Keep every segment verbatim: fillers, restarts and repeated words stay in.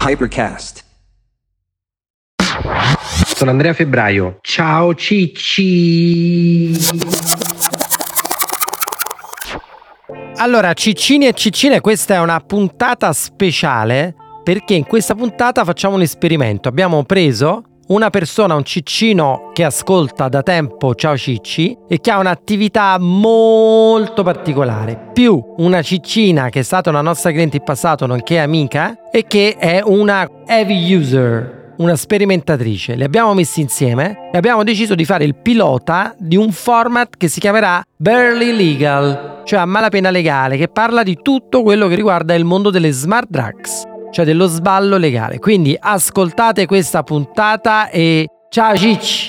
Hypercast. Sono Andrea Febbraio. Ciao Cicci. Allora, ciccini e ciccine, questa è una puntata speciale perché in questa puntata facciamo un esperimento. Abbiamo preso una persona, un ciccino che ascolta da tempo Ciao Cicci e che ha un'attività molto particolare, più una ciccina che è stata una nostra cliente in passato nonché amica e che è una heavy user, una sperimentatrice. Li abbiamo messi insieme e abbiamo deciso di fare il pilota di un format che si chiamerà Barely Legal, cioè a malapena legale, che parla di tutto quello che riguarda il mondo delle smart drugs, cioè dello sballo legale. Quindi ascoltate questa puntata e ciao Cicci!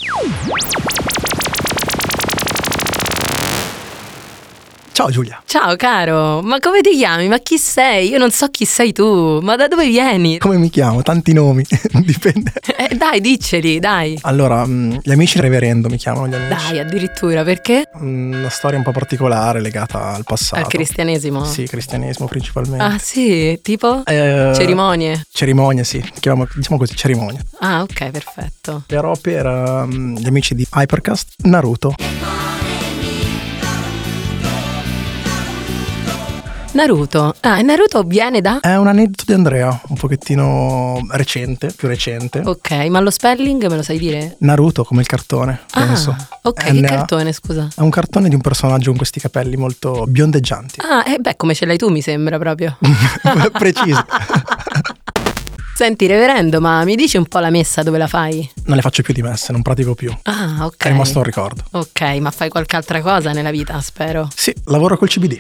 Ciao Giulia. Ciao caro, ma come ti chiami? Ma chi sei? Io non so chi sei tu, ma da dove vieni? Come mi chiamo? Tanti nomi, dipende. Eh, dai, dicceli, dai. Allora, gli amici reverendo mi chiamano gli amici. Dai, addirittura, perché? Una storia un po' particolare legata al passato. Al cristianesimo? Sì, cristianesimo principalmente. Ah sì, tipo? Eh, cerimonie? Cerimonie, sì, chiamiamo, diciamo così, cerimonie. Ah, ok, perfetto. Però per um, gli amici di Hypercast, Naruto. Naruto. Ah, e Naruto viene da? È un aneddoto di Andrea, un pochettino recente, più recente. Ok, ma lo spelling me lo sai dire? Naruto, come il cartone, penso. Ah, ok, N A. che cartone, scusa? È un cartone di un personaggio con questi capelli molto biondeggianti. Ah, e eh beh, come ce l'hai tu mi sembra proprio. Preciso. Senti, reverendo, ma mi dici un po' la messa dove la fai? Non le faccio più di messe, non pratico più. Ah, ok. È rimasto un ricordo. Ok, ma fai qualche altra cosa nella vita, spero. Sì, lavoro col C B D.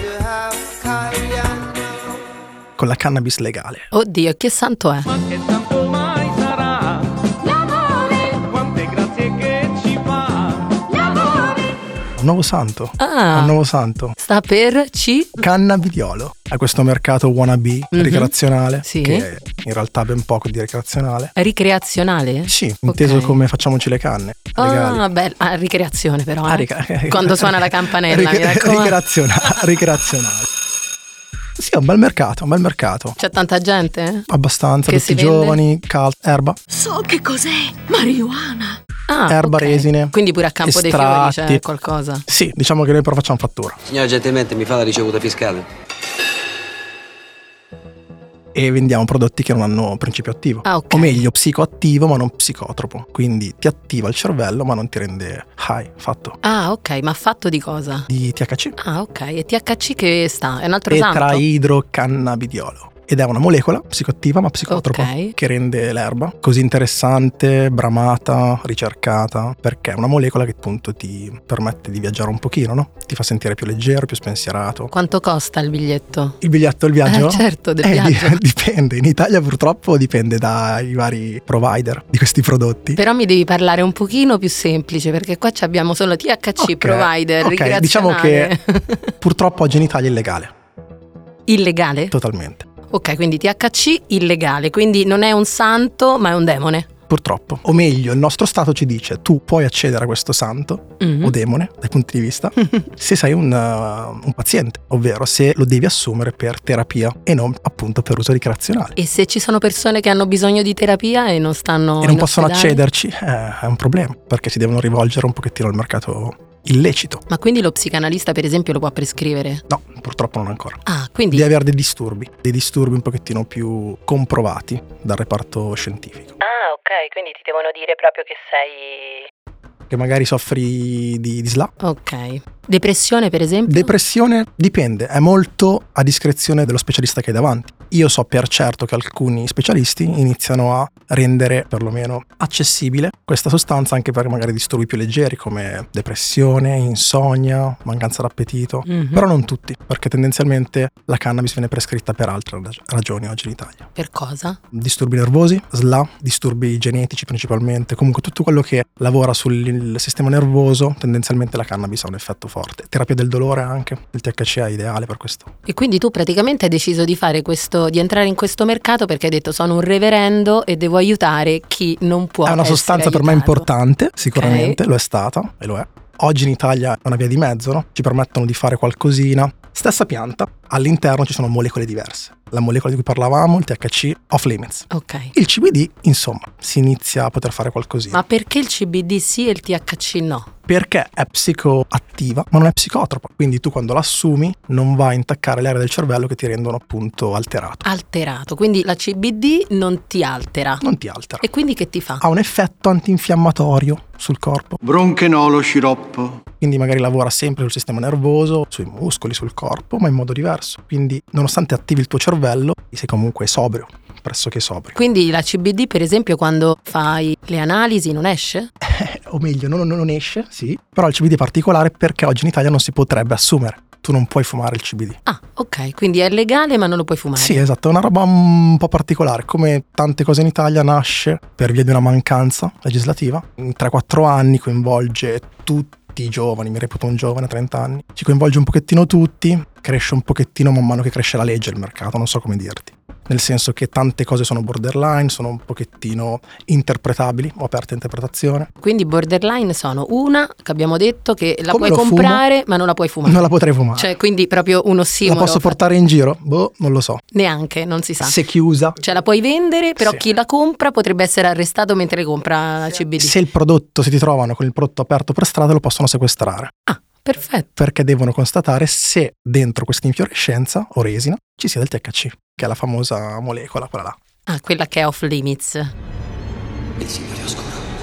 Con la cannabis legale. Oddio, che santo è? Ma che santo mai sarà? L'amore, quante grazie che ci fa. L'amore. Un nuovo santo. Ah. Un nuovo santo. Sta per C? Cannabidiolo. È questo mercato wannabe Mhm. ricreazionale. Sì. Che in realtà ha ben poco di ricreazionale. Ricreazionale? Sì, inteso Ok. come facciamoci le canne. Legali. Ah, beh, ah, ricreazione però. Ah, eh. rica- Quando suona la campanella, Ric- mi raccomando. ricreazionale. ricreazionale. Sì, è un bel mercato, un bel mercato. C'è tanta gente? Abbastanza, Che tutti si vende? giovani, cal- erba, So che cos'è, marijuana. Ah, erba, ok. resine, Quindi pure a Campo dei Fiori estratti. c'è qualcosa. Sì, diciamo che noi però facciamo fattura. Signora, gentilmente mi fa la ricevuta fiscale. E vendiamo prodotti che non hanno principio attivo. Ah, ok. O meglio, psicoattivo ma non psicotropo. Quindi ti attiva il cervello ma non ti rende high, fatto. Ah, ok, ma fatto di cosa? Di T H C. Ah, ok. E T H C che sta? È un altro santo? Tetraidrocannabidiolo. Ed è una molecola psicoattiva ma psicotropa, Ok. che rende l'erba così interessante, bramata, ricercata, perché è una molecola che appunto ti permette di viaggiare un pochino, no? Ti fa sentire più leggero, più spensierato. Quanto costa il biglietto? Il biglietto del viaggio? Eh, certo, del Eh, viaggio. di- dipende. In Italia purtroppo dipende dai vari provider di questi prodotti. Però mi devi parlare un pochino più semplice, perché qua ci abbiamo solo T H C, Ok, provider, ok, ricreazionale. diciamo che purtroppo oggi in Italia è illegale, Illegale? totalmente. Ok, quindi T H C illegale, quindi non è un santo ma è un demone. Purtroppo. O meglio, il nostro Stato ci dice tu puoi accedere a questo santo Mhm. o demone, dai punti di vista, se sei un, uh, un paziente, ovvero se lo devi assumere per terapia e non appunto per uso ricreazionale. E se ci sono persone che hanno bisogno di terapia e non stanno E non in possono ospedale? accederci, eh, è un problema, perché si devono rivolgere un pochettino al mercato illecito. Ma quindi lo psicanalista per esempio lo può prescrivere? No, purtroppo non ancora. Ah, quindi... Devi avere dei disturbi, dei disturbi un pochettino più comprovati dal reparto scientifico. Ah, ok, quindi ti devono dire proprio che sei... Che magari soffri di, di S L A. Ok. Depressione per esempio? Depressione dipende, è molto a discrezione dello specialista che hai davanti. Io so per certo che alcuni specialisti iniziano a rendere perlomeno accessibile questa sostanza anche per magari disturbi più leggeri come depressione, insonnia, mancanza d'appetito, Mhm. però non tutti, perché tendenzialmente la cannabis viene prescritta per altre rag- ragioni oggi in Italia. Per cosa? Disturbi nervosi, S L A, disturbi genetici principalmente, comunque tutto quello che lavora sul sistema nervoso, tendenzialmente la cannabis ha un effetto forte. Terapia del dolore anche, il T H C è ideale per questo. E quindi tu praticamente hai deciso di fare questo, di entrare in questo mercato perché hai detto sono un reverendo e devo aiutare chi non può È una essere sostanza per me aiutato. importante, sicuramente, lo è stata e lo è. Oggi in Italia è una via di mezzo, no? Ci permettono di fare qualcosina. Stessa pianta, all'interno ci sono molecole diverse. La molecola di cui parlavamo, il T H C, off limits. Ok. Il C B D, insomma, si inizia a poter fare qualcosina. Ma perché il C B D sì e il T H C no? Perché è psicoattiva, ma non è psicotropa. Quindi tu quando l'assumi non va a intaccare le aree del cervello che ti rendono appunto alterato. Alterato, quindi la C B D non ti altera. Non ti altera. E quindi che ti fa? Ha un effetto antinfiammatorio sul corpo. Bronchenolo sciroppo. Quindi magari lavora sempre sul sistema nervoso, sui muscoli, sul corpo, ma in modo diverso. Quindi nonostante attivi il tuo cervello, sei comunque sobrio, pressoché sobrio. Quindi la C B D, per esempio, quando fai le analisi non esce? Eh, o meglio, non, non esce, sì. Però il C B D è particolare perché oggi in Italia non si potrebbe assumere. Tu non puoi fumare il C B D. Ah, ok, quindi è legale ma non lo puoi fumare. Sì, esatto, è una roba un po' particolare. Come tante cose in Italia nasce per via di una mancanza legislativa. In tre quattro anni coinvolge tutti i giovani, mi reputo un giovane, trenta anni. Ci coinvolge un pochettino tutti, cresce un pochettino man mano che cresce la legge, il mercato, non so come dirti. Nel senso che tante cose sono borderline, sono un pochettino interpretabili o aperte a interpretazione. Quindi borderline sono una, che abbiamo detto, che la Come puoi lo comprare ma non la puoi fumare. Non la potrei fumare. Cioè, quindi proprio un La ossimoro. posso portare in giro? Boh, non lo so. Neanche, non si sa. Se chiusa. Cioè la puoi vendere, però Sì. chi la compra potrebbe essere arrestato mentre compra la C B D. Se il prodotto, se ti trovano con il prodotto aperto per strada, lo possono sequestrare. Ah, perfetto. Perché devono constatare se dentro questa infiorescenza o resina ci sia del T H C, che è la famosa molecola, quella là. Ah, quella che è off limits. Il signore oscuro.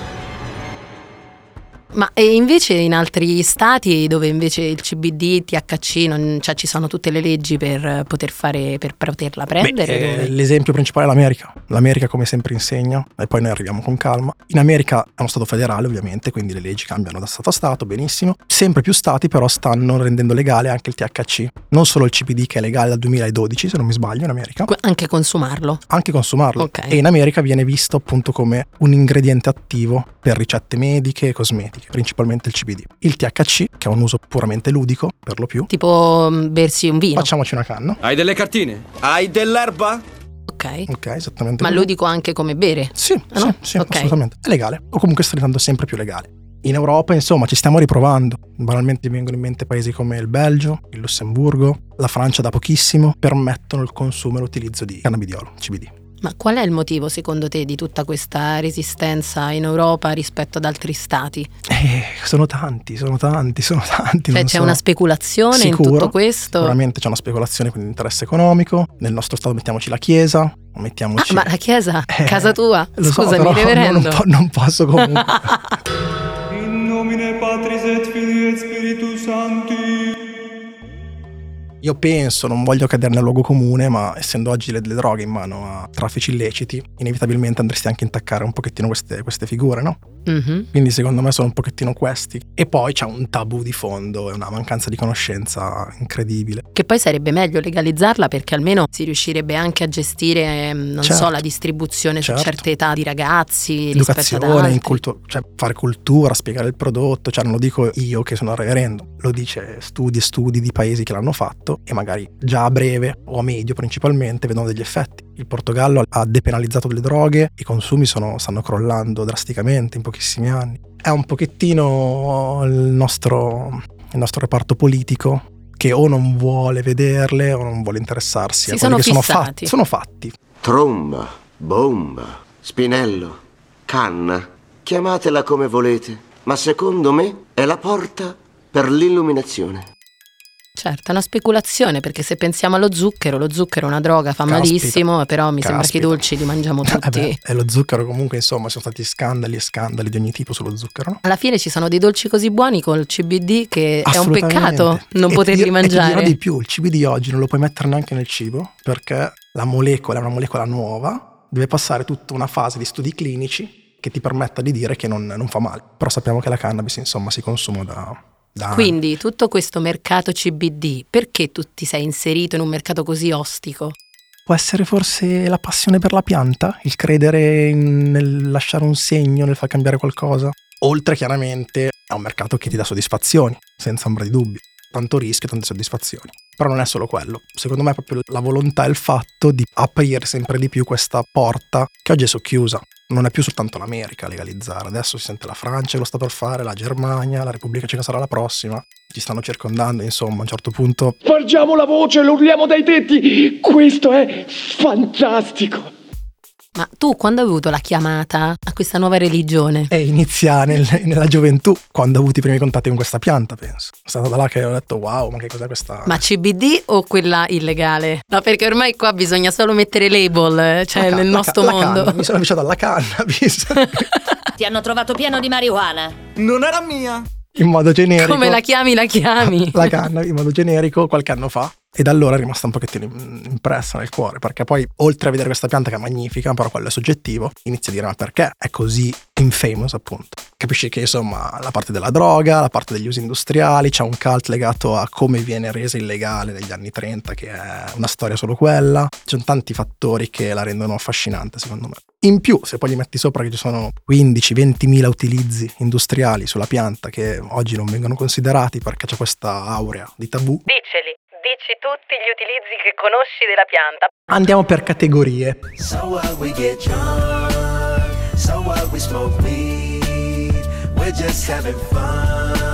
Ma e invece in altri stati dove invece il C B D, T H C, non, cioè ci sono tutte le leggi per poter fare, per poterla prendere? Beh, eh, dove- l'esempio principale è l'America. L'America, come sempre, insegna, e poi noi arriviamo con calma. In America è uno stato federale, ovviamente, quindi le leggi cambiano da stato a stato, benissimo. Sempre più stati però stanno rendendo legale anche il T H C. Non solo il C B D, che è legale dal duemiladodici, se non mi sbaglio, in America. Que- Anche consumarlo. Anche consumarlo. Ok. E in America viene visto appunto come un ingrediente attivo per ricette mediche e cosmetiche, principalmente il C B D. Il T H C, che ha un uso puramente ludico, per lo più. Tipo mh, bersi un vino. Facciamoci una canna. Hai delle cartine? Hai dell'erba? Ok. Ok, esattamente. Ma così. ludico anche come bere? Sì, Ah, no? sì, sì, Ok. assolutamente. È legale. O comunque sta diventando sempre più legale. In Europa, insomma, ci stiamo riprovando. Banalmente mi vengono in mente paesi come il Belgio, il Lussemburgo, la Francia da pochissimo, permettono il consumo e l'utilizzo di cannabidiolo, C B D. Ma qual è il motivo secondo te di tutta questa resistenza in Europa rispetto ad altri stati? Eh, sono tanti, sono tanti, sono tanti. Cioè non c'è so. una speculazione Sicuro, in tutto questo? Sicuramente c'è una speculazione, quindi interesse economico. Nel nostro stato mettiamoci la Chiesa, mettiamoci... Ah, ma la chiesa? Eh, Casa tua? Lo so, Scusami, però reverendo. non, po- non posso comunque. In nomine Patris et Filii et Spiritus Sancti. Io penso, non voglio cadere nel luogo comune, ma essendo oggi le, le droghe in mano a traffici illeciti, inevitabilmente andresti anche a intaccare un pochettino queste, queste figure, no? Mhm. Quindi secondo me sono un pochettino questi. E poi c'è un tabù di fondo e una mancanza di conoscenza incredibile. Che poi sarebbe meglio legalizzarla perché almeno si riuscirebbe anche a gestire, ehm, non Certo. so, la distribuzione Certo. su certe età di ragazzi rispetto ad Educazione, altri. incultu- cioè fare cultura, spiegare il prodotto, cioè non lo dico io che sono reverendo, lo dice studi e studi di paesi che l'hanno fatto e magari già a breve o a medio principalmente vedono degli effetti. Il Portogallo ha depenalizzato le droghe, i consumi sono, stanno crollando drasticamente in pochissimi anni. È un pochettino il nostro, il nostro reparto politico che o non vuole vederle o non vuole interessarsi Si a quelli sono che sono fissati. fatti. Sono fatti. Tromba, bomba, spinello, canna, chiamatela come volete, ma secondo me è la porta per l'illuminazione. Certo, è una speculazione perché se pensiamo allo zucchero, lo zucchero è una droga, fa Caspita. malissimo, però mi sembra che i Caspita. dolci li mangiamo Eh tutti. beh, e lo zucchero comunque, insomma, sono stati scandali e scandali di ogni tipo sullo zucchero, no? Alla fine ci sono dei dolci così buoni col C B D che è un Assolutamente. peccato non E poterli ti- E ti mangiare. dirò di più, il C B D oggi non lo puoi mettere neanche nel cibo perché la molecola è una molecola nuova, deve passare tutta una fase di studi clinici che ti permetta di dire che non, non fa male. Però sappiamo che la cannabis, insomma, si consuma da... da anni. Quindi tutto questo mercato C B D, perché tu ti sei inserito in un mercato così ostico? Può essere forse la passione per la pianta, il credere in- nel lasciare un segno, nel far cambiare qualcosa. Oltre chiaramente è un mercato che ti dà soddisfazioni, senza ombra di dubbio. Tanto rischio, tante soddisfazioni. Però non è solo quello. Secondo me è proprio la volontà e il fatto di aprire sempre di più questa porta che oggi è socchiusa. Non è più soltanto l'America a legalizzare, adesso si sente la Francia che lo sta per fare, la Germania, la Repubblica Ceca sarà la prossima, ci stanno circondando, insomma, a un certo punto... Spargiamo la voce, lo urliamo dai tetti, questo è fantastico! Ma tu quando hai avuto la chiamata a questa nuova religione? E inizia nel, nella gioventù, quando ho avuto i primi contatti con questa pianta, penso. È stato da là che ho detto, wow, ma che cos'è questa... Ma C B D o quella illegale? No, perché ormai qua bisogna solo mettere label, cioè can- nel nostro la mondo. Canna, mi sono avvicinato alla cannabis. Ti hanno trovato pieno di marijuana? Non era mia. In modo generico. Come la chiami, la chiami. La canna, in modo generico, qualche anno fa. E da allora è rimasta un pochettino impressa nel cuore, perché poi, oltre a vedere questa pianta che è magnifica, però quello è soggettivo, inizia a dire, ma perché è così infamous, appunto? Capisci che, insomma, la parte della droga, la parte degli usi industriali, c'è un cult legato a come viene resa illegale negli anni trenta, che è una storia solo quella. Ci sono tanti fattori che la rendono affascinante, secondo me. In più, se poi gli metti sopra che ci sono quindici ventimila utilizzi industriali sulla pianta che oggi non vengono considerati perché c'è questa aurea di tabù. Diceli, dici tutti gli utilizzi che conosci della pianta. Andiamo per categorie. So what we get drunk, so what we smoke weed, we're just having fun.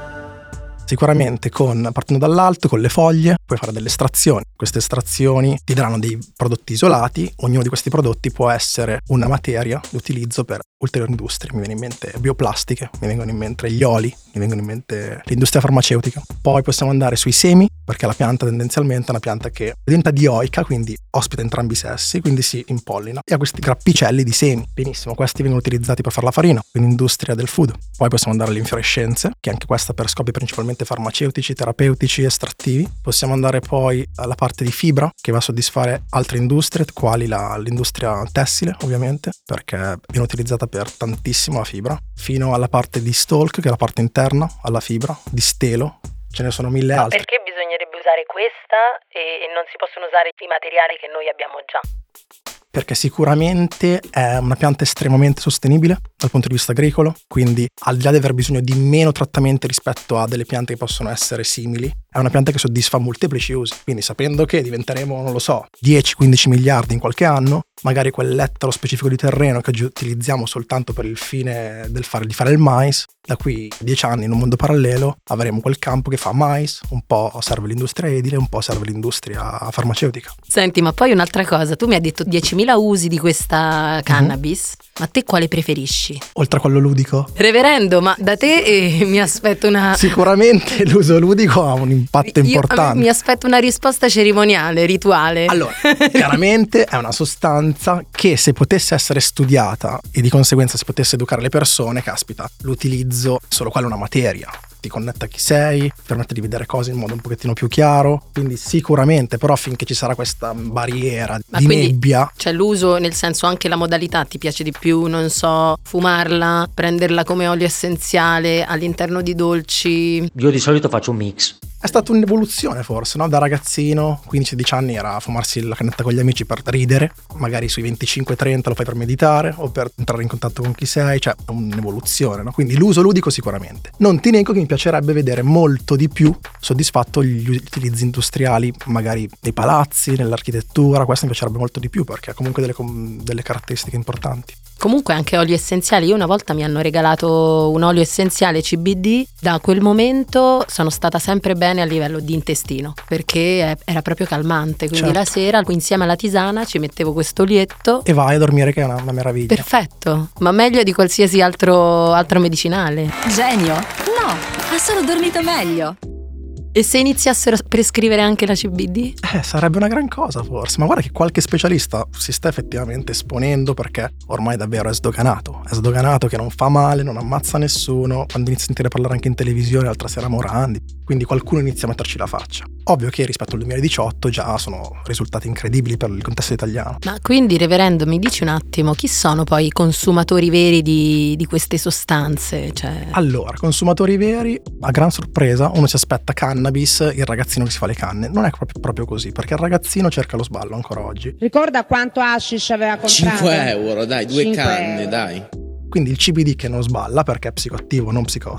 Sicuramente con, partendo dall'alto, con le foglie, puoi fare delle estrazioni. Queste estrazioni ti daranno dei prodotti isolati. Ognuno di questi prodotti può essere una materia di utilizzo per ulteriori industrie. Mi viene in mente bioplastiche, mi vengono in mente gli oli, mi vengono in mente l'industria farmaceutica. Poi possiamo andare sui semi, perché la pianta tendenzialmente è una pianta che diventa dioica, quindi ospita entrambi i sessi, quindi si impollina e ha questi grappicelli di semi. Benissimo, questi vengono utilizzati per fare la farina, quindi industria del food. Poi possiamo andare alle infiorescenze, che anche questa per scopi principalmente farmaceutici, terapeutici, estrattivi. Possiamo andare poi alla parte di fibra, che va a soddisfare altre industrie, quali la, l'industria tessile, ovviamente, perché viene utilizzata per tantissimo la fibra, fino alla parte di stalk, che è la parte interna alla fibra, di stelo. Ce ne sono mille altre. Perché bisognerebbe usare questa e non si possono usare i materiali che noi abbiamo già? Perché sicuramente è una pianta estremamente sostenibile dal punto di vista agricolo, quindi al di là di aver bisogno di meno trattamenti rispetto a delle piante che possono essere simili, è una pianta che soddisfa molteplici usi. Quindi sapendo che diventeremo, non lo so, dieci quindici miliardi in qualche anno, magari quell'ettaro specifico di terreno che oggi utilizziamo soltanto per il fine del fare, di fare il mais, da qui a dieci anni in un mondo parallelo avremo quel campo che fa mais, un po' serve l'industria edile, un po' serve l'industria farmaceutica. Senti, ma poi un'altra cosa, tu mi hai detto diecimila usi di questa cannabis, mm-hmm. ma te quale preferisci? Oltre a quello ludico? Reverendo, ma da te eh, mi aspetto una... Sicuramente l'uso ludico ha un impatto Io, importante. Mi aspetto una risposta cerimoniale, rituale. Allora, chiaramente è una sostanza che se potesse essere studiata e di conseguenza si potesse educare le persone, caspita, l'utilizzo solo quella è una materia. Ti connetta a chi sei, permette di vedere cose in modo un pochettino più chiaro, quindi sicuramente, però finché ci sarà questa barriera Ma di quindi, nebbia. Cioè l'uso, nel senso anche la modalità ti piace di più, non so, fumarla, prenderla come olio essenziale all'interno di dolci? Io di solito faccio un mix. È stata un'evoluzione forse, no? Da ragazzino, quindici sedici anni era fumarsi la cannetta con gli amici per ridere, magari sui venticinque trenta lo fai per meditare o per entrare in contatto con chi sei, cioè è un'evoluzione, no? Quindi l'uso ludico sicuramente. Non ti nego che mi piacerebbe vedere molto di più soddisfatto gli utilizzi industriali, magari nei palazzi, nell'architettura, questo mi piacerebbe molto di più perché ha comunque delle, delle caratteristiche importanti. Comunque anche oli essenziali, io una volta mi hanno regalato un olio essenziale C B D, da quel momento sono stata sempre bene a livello di intestino perché era proprio calmante, quindi certo. La sera insieme alla tisana ci mettevo questo olietto e vai a dormire che è una, una meraviglia. Perfetto, ma meglio di qualsiasi altro, altro medicinale. Genio? No, ha solo dormito meglio. E se iniziassero a prescrivere anche la C B D? Eh, sarebbe una gran cosa forse, ma guarda che qualche specialista si sta effettivamente esponendo perché ormai davvero è sdoganato, è sdoganato che non fa male, non ammazza nessuno, quando inizi a sentire parlare anche in televisione, l'altra sera Morandi, quindi qualcuno inizia a metterci la faccia. Ovvio che rispetto al duemiladiciotto già sono risultati incredibili per il contesto italiano. Ma quindi, reverendo, mi dici un attimo, chi sono poi i consumatori veri di, di queste sostanze? Cioè... Allora, consumatori veri, a gran sorpresa, uno si aspetta cannabis, il ragazzino che si fa le canne. Non è proprio, proprio così, perché il ragazzino cerca lo sballo ancora oggi. Ricorda quanto hashish aveva comprato? cinque euro, dai, due canne, euro. dai. Quindi il C B D che non sballa perché è psicoattivo, non psicotropo,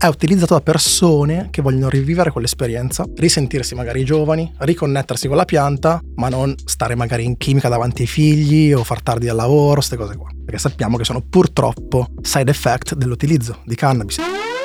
è utilizzato da persone che vogliono rivivere quell'esperienza, risentirsi magari giovani, riconnettersi con la pianta, ma non stare magari in chimica davanti ai figli o far tardi al lavoro, queste cose qua. Perché sappiamo che sono purtroppo side effect dell'utilizzo di cannabis.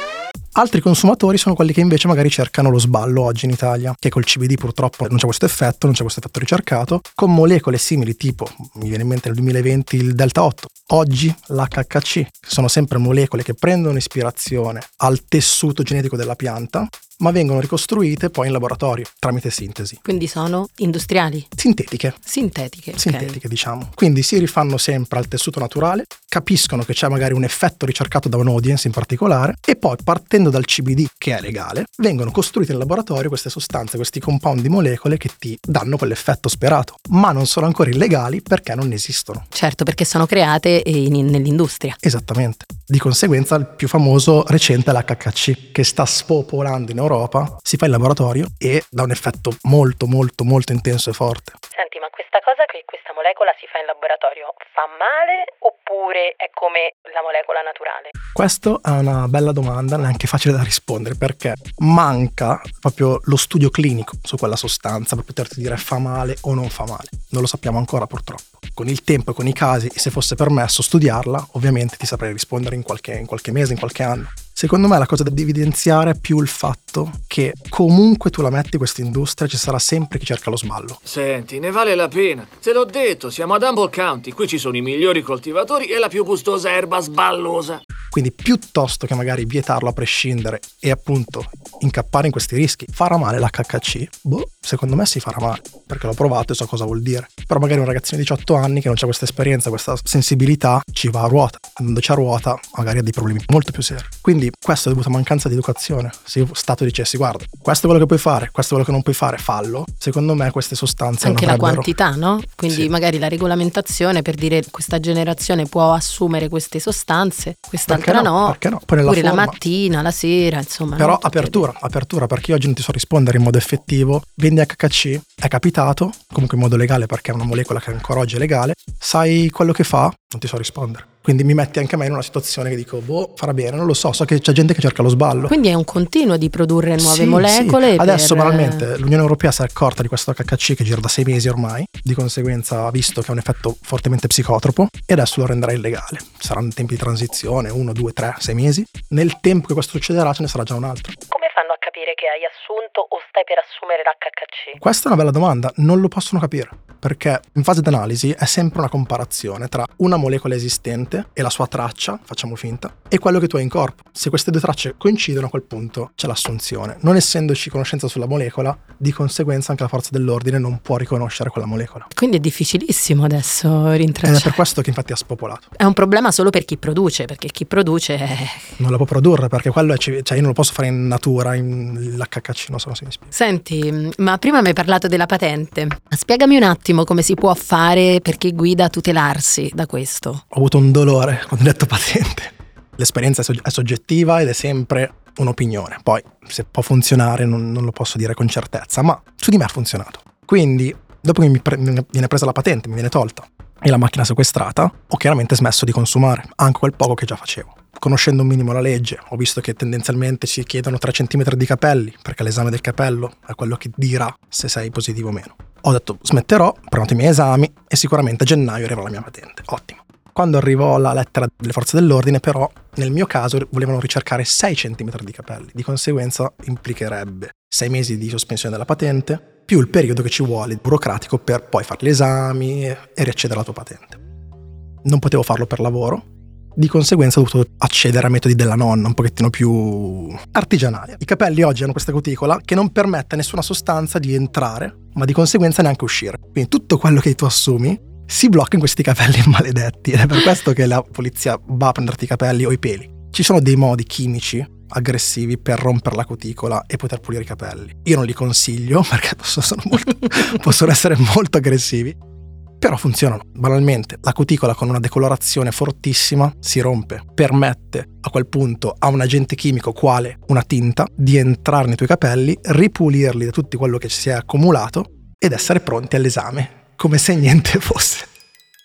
Altri consumatori sono quelli che invece magari cercano lo sballo oggi in Italia, che col C B D purtroppo non c'è questo effetto, non c'è questo effetto ricercato, con molecole simili tipo, mi viene in mente nel duemilaventi il Delta otto, oggi l'H H C, che sono sempre molecole che prendono ispirazione al tessuto genetico della pianta, ma vengono ricostruite poi in laboratorio tramite sintesi. Quindi sono industriali? Sintetiche. Sintetiche, ok. Sintetiche, diciamo. Quindi si rifanno sempre al tessuto naturale, capiscono che c'è magari un effetto ricercato da un audience in particolare e poi partendo dal C B D, che è legale, vengono costruite in laboratorio queste sostanze, questi compound di molecole che ti danno quell'effetto sperato, ma non sono ancora illegali perché non esistono. Certo, perché sono create in, in, nell'industria. Esattamente. Di conseguenza il più famoso recente è l'H H C, che sta spopolando in Europa, si fa in laboratorio e dà un effetto molto molto molto intenso e forte. Senti, ma questa cosa che questa molecola si fa in laboratorio fa male oppure è come la molecola naturale? Questa è una bella domanda, neanche facile da rispondere, perché manca proprio lo studio clinico su quella sostanza per poterti dire fa male o non fa male. Non lo sappiamo ancora purtroppo. Con il tempo e con i casi, e se fosse permesso studiarla, ovviamente ti saprei rispondere in qualche, in qualche mese, in qualche anno. Secondo me la cosa da evidenziare è più il fatto che comunque tu la metti questa industria, ci sarà sempre chi cerca lo sballo. Senti, ne vale la pena. Te l'ho detto, siamo ad Humboldt County, qui ci sono i migliori coltivatori e la più gustosa erba sballosa. Quindi piuttosto che magari vietarlo a prescindere e appunto incappare in questi rischi, farà male l'H H C? Boh, secondo me si farà male, perché l'ho provato e so cosa vuol dire. Però magari un ragazzino di diciotto anni che non ha questa esperienza, questa sensibilità, ci va a ruota. Andando a ruota magari ha dei problemi molto più seri. Quindi questo è dovuto a mancanza di educazione. Se io Stato dicessi guarda, questo è quello che puoi fare, questo è quello che non puoi fare, fallo. Secondo me queste sostanze anche non la avrebbero... quantità, no? Quindi sì. Magari la regolamentazione per dire questa generazione può assumere queste sostanze, quest'altra perché no, no, perché no? Poi nella pure forma. La mattina, la sera, insomma. Però no? apertura, apertura, perché io oggi non ti so rispondere in modo effettivo. Vendi H H C, è capitato, comunque in modo legale perché è una molecola che ancora oggi è legale, sai quello che fa? Non ti so rispondere. Quindi mi metti anche a me in una situazione che dico, boh, farà bene, non lo so, so che c'è gente che cerca lo sballo. Quindi è un continuo di produrre nuove sì, molecole. Sì. Adesso per... banalmente l'Unione Europea si è accorta di questo H H C che gira da sei mesi ormai, di conseguenza ha visto che ha un effetto fortemente psicotropo e adesso lo renderà illegale. Saranno tempi di transizione, uno, due, tre, sei mesi. Nel tempo che questo succederà ce ne sarà già un altro. Come fanno a capire che hai assunto o stai per assumere l'H H C? Questa è una bella domanda, non lo possono capire, perché in fase d'analisi è sempre una comparazione tra una molecola esistente e la sua traccia, facciamo finta, e quello che tu hai in corpo. Se queste due tracce coincidono, a quel punto c'è l'assunzione. Non essendoci conoscenza sulla molecola, di conseguenza anche la forza dell'ordine non può riconoscere quella molecola. Quindi è difficilissimo adesso rintracciare. Ed è per questo che infatti ha spopolato. È un problema solo per chi produce, perché chi produce è... non la può produrre, perché quello è, cioè io non lo posso fare in natura, in l'H H C, non so se mi spiego. Senti, ma prima mi hai parlato della patente. Spiegami un attimo come si può fare per chi guida a tutelarsi da questo. Ho avuto un dolore quando ho detto patente. L'esperienza è soggettiva ed è sempre un'opinione. Poi, se può funzionare non, non lo posso dire con certezza, ma su di me ha funzionato. Quindi, dopo che mi, pre- mi viene presa la patente, mi viene tolta e la macchina sequestrata, ho chiaramente smesso di consumare, anche quel poco che già facevo. Conoscendo un minimo la legge, ho visto che tendenzialmente si chiedono tre centimetri di capelli, perché l'esame del capello è quello che dirà se sei positivo o meno. Ho detto, smetterò, prenoto i miei esami e sicuramente a gennaio arriverà la mia patente. Ottimo. Quando arrivò la lettera delle forze dell'ordine, però, nel mio caso volevano ricercare sei centimetri di capelli. Di conseguenza implicherebbe sei mesi di sospensione della patente, più il periodo che ci vuole burocratico per poi fare gli esami e riaccedere alla tua patente. Non potevo farlo per lavoro, di conseguenza ho dovuto accedere a metodi della nonna un pochettino più artigianali. I capelli oggi hanno questa cuticola che non permette a nessuna sostanza di entrare, ma di conseguenza neanche uscire. Quindi tutto quello che tu assumi si blocca in questi capelli maledetti ed è per questo che la polizia va a prenderti i capelli o i peli. Ci sono dei modi chimici aggressivi per rompere la cuticola e poter pulire i capelli. Io non li consiglio perché possono, molto, possono essere molto aggressivi, però funzionano. Banalmente, la cuticola con una decolorazione fortissima si rompe, permette a quel punto a un agente chimico quale una tinta di entrare nei tuoi capelli, ripulirli da tutto quello che si è accumulato ed essere pronti all'esame, come se niente fosse.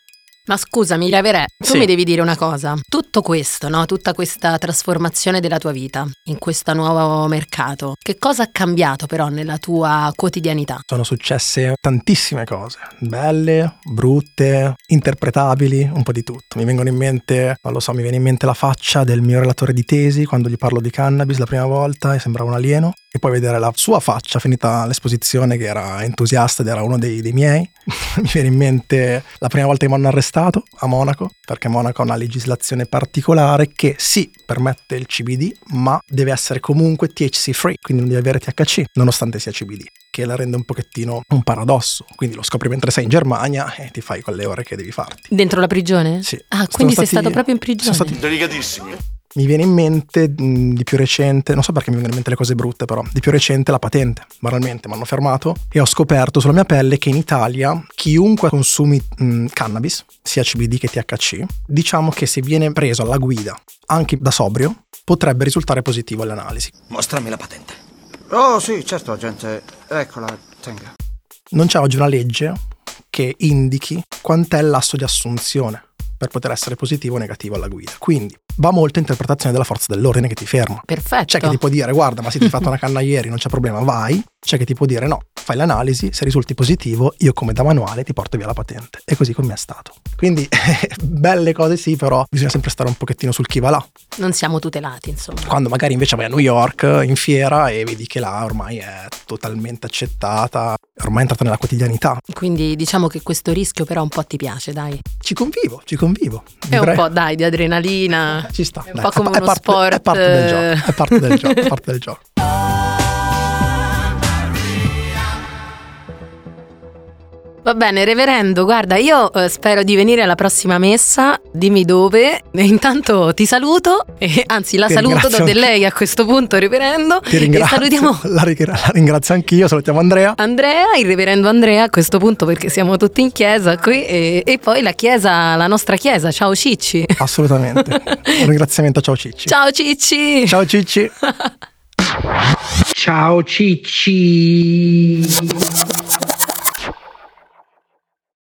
Ma scusami, Reverè, tu Sì. mi devi dire una cosa. Tutto questo, no? Tutta questa trasformazione della tua vita in questo nuovo mercato, che cosa ha cambiato però nella tua quotidianità? Sono successe tantissime cose, belle, brutte, interpretabili, un po' di tutto. Mi vengono in mente, non lo so, mi viene in mente la faccia del mio relatore di tesi quando gli parlo di cannabis la prima volta e sembrava un alieno, e poi vedere la sua faccia finita l'esposizione che era entusiasta ed era uno dei, dei miei. Mi viene in mente la prima volta che mi hanno arrestato a Monaco, perché Monaco ha una legislazione particolare che sì, permette il C B D, ma deve essere comunque T H C free, quindi non deve avere T H C, nonostante sia C B D, che la rende un pochettino un paradosso. Quindi lo scopri mentre sei in Germania e ti fai quelle ore che devi farti. Dentro la prigione? Sì. Ah, quindi sei Sono stati- stato proprio in prigione? sono stati- Delicatissimi. Mi viene in mente mh, di più recente, non so perché mi vengono in mente le cose brutte, però di più recente la patente. Banalmente mi hanno fermato e ho scoperto sulla mia pelle che in Italia chiunque consumi mh, cannabis, sia C B D che T H C, diciamo che se viene preso alla guida anche da sobrio, potrebbe risultare positivo alle analisi. Mostrami la patente. Oh sì, certo, gente. Eccola, tenga. Non c'è oggi una legge che indichi quant'è il lasso di assunzione per poter essere positivo o negativo alla guida. Quindi va molto interpretazione della forza dell'ordine che ti ferma. Perfetto. C'è che ti può dire guarda, ma se ti hai fatto una canna ieri non c'è problema, vai. C'è che ti può dire no, fai l'analisi, se risulti positivo io come da manuale ti porto via la patente. E così come è stato. Quindi belle cose sì, però bisogna sempre stare un pochettino sul chi va là. Non siamo tutelati, insomma. Quando magari invece vai a New York in fiera e vedi che là ormai è totalmente accettata, ormai è entrata nella quotidianità. Quindi diciamo che questo rischio però un po' ti piace, dai. Ci convivo, ci convivo. È un Vivrei- po', dai, di adrenalina. Ci sta. È un dai, po' come è uno parte- sport. È parte del gioco, è parte del gioco, è parte del gioco. Va bene, reverendo, guarda, io eh, spero di venire alla prossima messa, dimmi dove, e intanto ti saluto, e, anzi la Ti saluto, do ringrazio del anche- lei a questo punto, reverendo, Ti e ringrazio. salutiamo La, ring- la ringrazio anch'io, salutiamo Andrea. Andrea, il reverendo Andrea a questo punto perché siamo tutti in chiesa qui, e, e poi la chiesa, la nostra chiesa, ciao Cicci. Assolutamente. Un ringraziamento a Ciao Cicci. Ciao Cicci. Ciao Cicci. Ciao Cicci.